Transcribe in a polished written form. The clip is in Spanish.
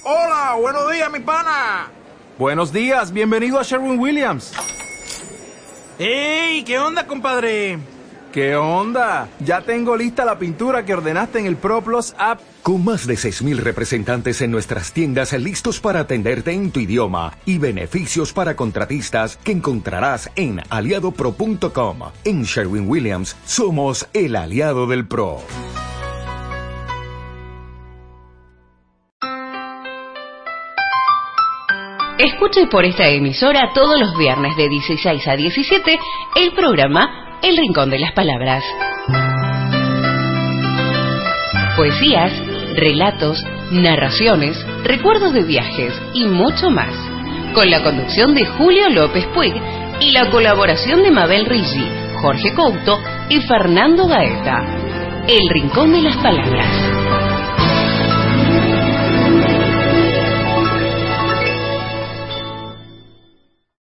Hola, buenos días, mi pana. Buenos días, bienvenido a Sherwin-Williams. ¡Ey! ¿Qué onda, compadre? ¿Qué onda? Ya tengo lista la pintura que ordenaste en el ProPlus app. Con más de 6,000 representantes en nuestras tiendas listos para atenderte en tu idioma y beneficios para contratistas que encontrarás en aliadopro.com. En Sherwin-Williams somos el aliado del pro. Escuche por esta emisora todos los viernes de 16 a 17 el programa El Rincón de las Palabras. Poesías, relatos, narraciones, recuerdos de viajes y mucho más. Con la conducción de Julio López Puig y la colaboración de Mabel Rigi, Jorge Couto y Fernando Gaeta. El Rincón de las Palabras.